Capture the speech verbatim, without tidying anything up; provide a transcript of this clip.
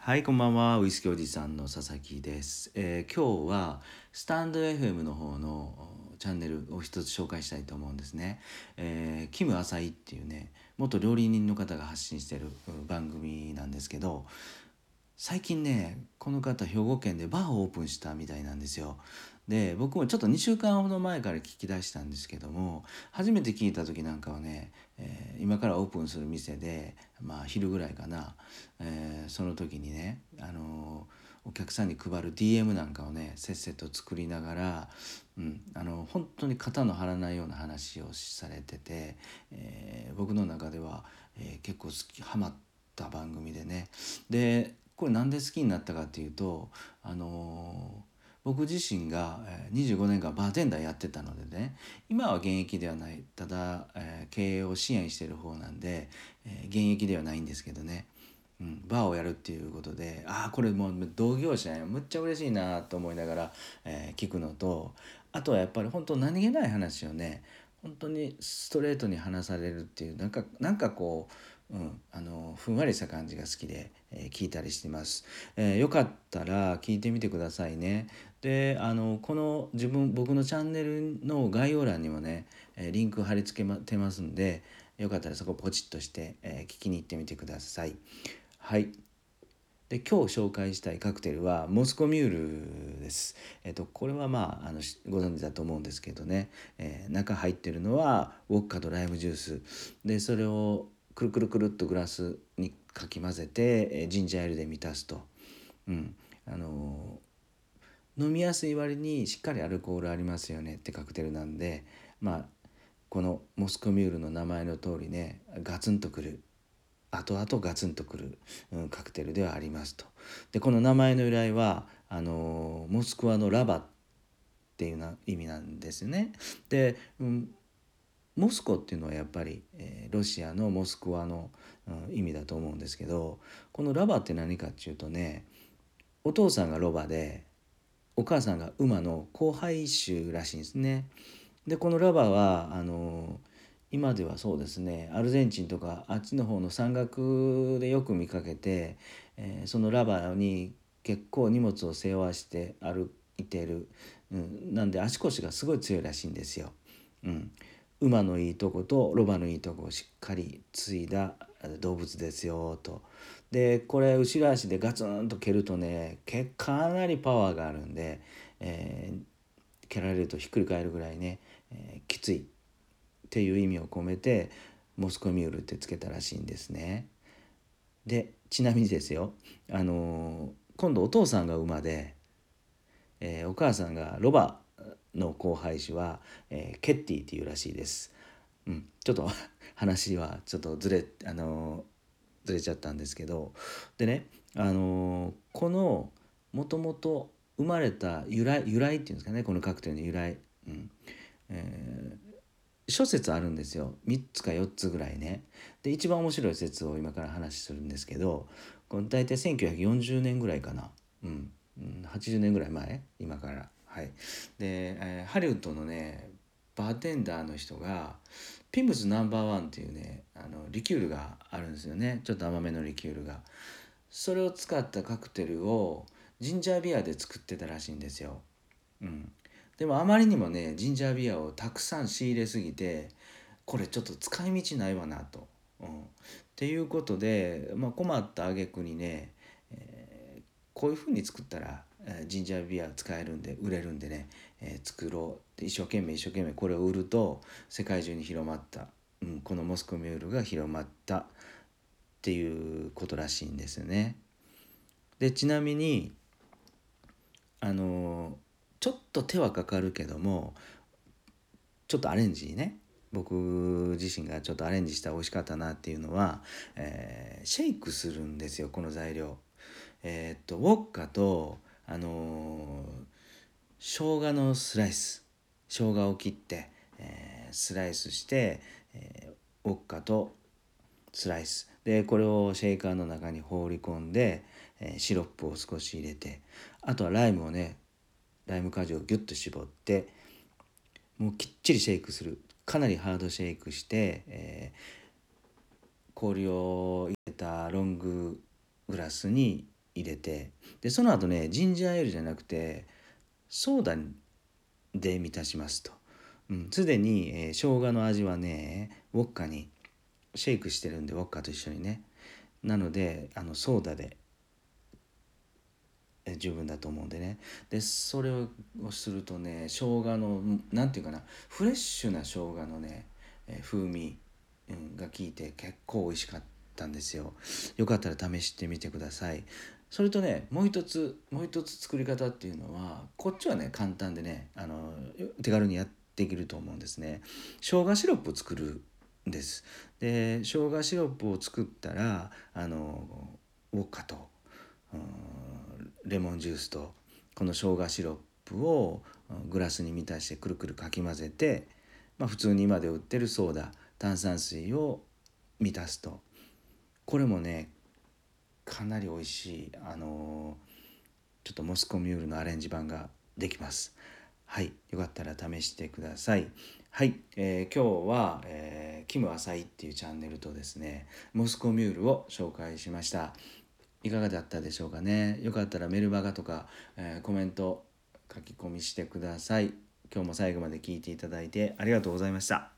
はい、こんばんは。ウイスキーおじさんの佐々木です。えー今日はスタンド エフエム の方のおチャンネルを一つ紹介したいと思うんですね。えーキム・アサイっていうね、元料理人の方が発信してるうん番組なんですけど、最近ねこの方兵庫県でバーをオープンしたみたいなんですよ。で僕もちょっとにしゅうかんほど前から聞き出したんですけども、初めて聞いた時なんかはね、えー今からオープンする店でまあ昼ぐらいかな、えーその時にね、あのーお客さんに配る ディーエム なんかをねせっせと作りながら、うん、あの本当に肩の張らないような話をされてて、えー僕の中では、えー結構好きハマった番組でね。でこれなんで好きになったかっていうと、あのー僕自身がえーにじゅうごねんかんバーテンダーやってたのでね、今は現役ではない、ただ、えー経営を支援している方なんで、えー現役ではないんですけどね、うん、バーをやるっていうことで、ああこれもう同業者やむっちゃ嬉しいなと思いながら、えー聞くのと、あとはやっぱり本当何気ない話をね本当にストレートに話されるっていう、なんかなんかこう、うん、あのふんわりした感じが好きで、えー聞いたりしてます。えーよかったら聞いてみてくださいね。であのこの自分僕のチャンネルの概要欄にもね、えーリンク貼り付けてますんで、よかったらそこポチッとして、えー聞きに行ってみてください。はい。で今日紹介したいカクテルはモスコミュールです。えっとこれはまああのご存知だと思うんですけどね、えー中入ってるのはウォッカとライムジュースで、それをくるくるくるっとグラスにかき混ぜて、えージンジャーエールで満たすと、うんあのー飲みやすい割にしっかりアルコールありますよねってカクテルなんで、まあこのモスコミュールの名前の通りね、ガツンとくる、後々ガツンとくる、うん、カクテルではありますと。でこの名前の由来はあのモスクワのラバっていうな意味なんですよね。で、うん、モスコっていうのはやっぱり、えーロシアのモスクワの、うん、意味だと思うんですけど、このラバって何かっていうとね、お父さんがロバでお母さんが馬の交配種らしいんですね。でこのラバはあの今ではそうですね、アルゼンチンとかあっちの方の山岳でよく見かけて、えーそのラバに結構荷物を背負わして歩いている、うん、なんで足腰がすごい強いらしいんですよ。うん、馬のいいとことロバのいいとこをしっかり継いだ動物ですよと。でこれ後ろ足でガツンと蹴るとねけかなりパワーがあるんで、えー蹴られるとひっくり返るぐらいね、えーきついっていう意味を込めてモスコミュールってつけたらしいんですね。でちなみにですよ、あのー今度お父さんが馬で、えーお母さんがロバの交配種は、えーケッティっていうらしいです。うん、ちょっと話はちょっとずれあのーずれちゃったんですけど、でね、あのーこのもともと生まれた由来由来っていうんですかね、このカクテルの由来、うんえー諸説あるんですよ。みっつかよっつぐらいね。で一番面白い説を今から話するんですけど、この大体せんきゅうひゃくよんじゅうねんぐらいかな、うんうんはちじゅうねんぐらい前、今から、はい。で、えーハリウッドのねバーテンダーの人がピムズナンバーワンっていうね、あのリキュールがあるんですよね、ちょっと甘めのリキュールが。それを使ったカクテルをジンジャービアで作ってたらしいんですよ。うん、でもあまりにもねジンジャービアをたくさん仕入れすぎて、これちょっと使い道ないわなと、うん、っていうことで、まあ、困った挙句にね、えーこういうふうに作ったら、えージンジャービア使えるんで売れるんでね、えー作ろうって一生懸命一生懸命これを売ると世界中に広まった、うん、このモスコミュールが広まったっていうことらしいんですよね。でちなみにあのちょっと手はかかるけども、ちょっとアレンジね、僕自身がちょっとアレンジした美味しかったなっていうのは、えーシェイクするんですよこの材料。えーっとウォッカとあのー生姜のスライス、生姜を切って、えースライスして、えーウォッカとスライスでこれをシェイカーの中に放り込んで、えーシロップを少し入れて、あとはライムをね、ライム果汁をギュッと絞ってもうきっちりシェイクする、かなりハードシェイクして、えー氷を入れたロンググラスに入れて、でその後ねジンジャーエールじゃなくてソーダで満たしますと。すで、うん、に、えー、生姜の味はねウォッカにシェイクしてるんで、ウォッカと一緒にね、なのであのソーダで十分だと思うんでね。でそれをするとね、生姜のなんていうかな、フレッシュな生姜のね、えー、風味、うん、が効いて結構美味しかったんですよ。よかったら試してみてください。それとね、もう一つもう一つ作り方っていうのは、こっちはね簡単でね、あの手軽にやっていけると思うんですね。生姜シロップを作るんです。で生姜シロップを作ったら、あのウォッカと、うん、レモンジュースとこの生姜シロップをグラスに満たしてくるくるかき混ぜて、まあ、普通に今で売ってるソーダ、炭酸水を満たすと、これもねかなり美味しい、あのー、ちょっとモスコミュールのアレンジ版ができます。はい、よかったら試してください。はい、えー、今日は、えー、キムアサイっていうチャンネルとですね、モスコミュールを紹介しました。いかがだったでしょうかね。よかったらメルマガとか、えー、コメント書き込みしてください。今日も最後まで聞いていただいてありがとうございました。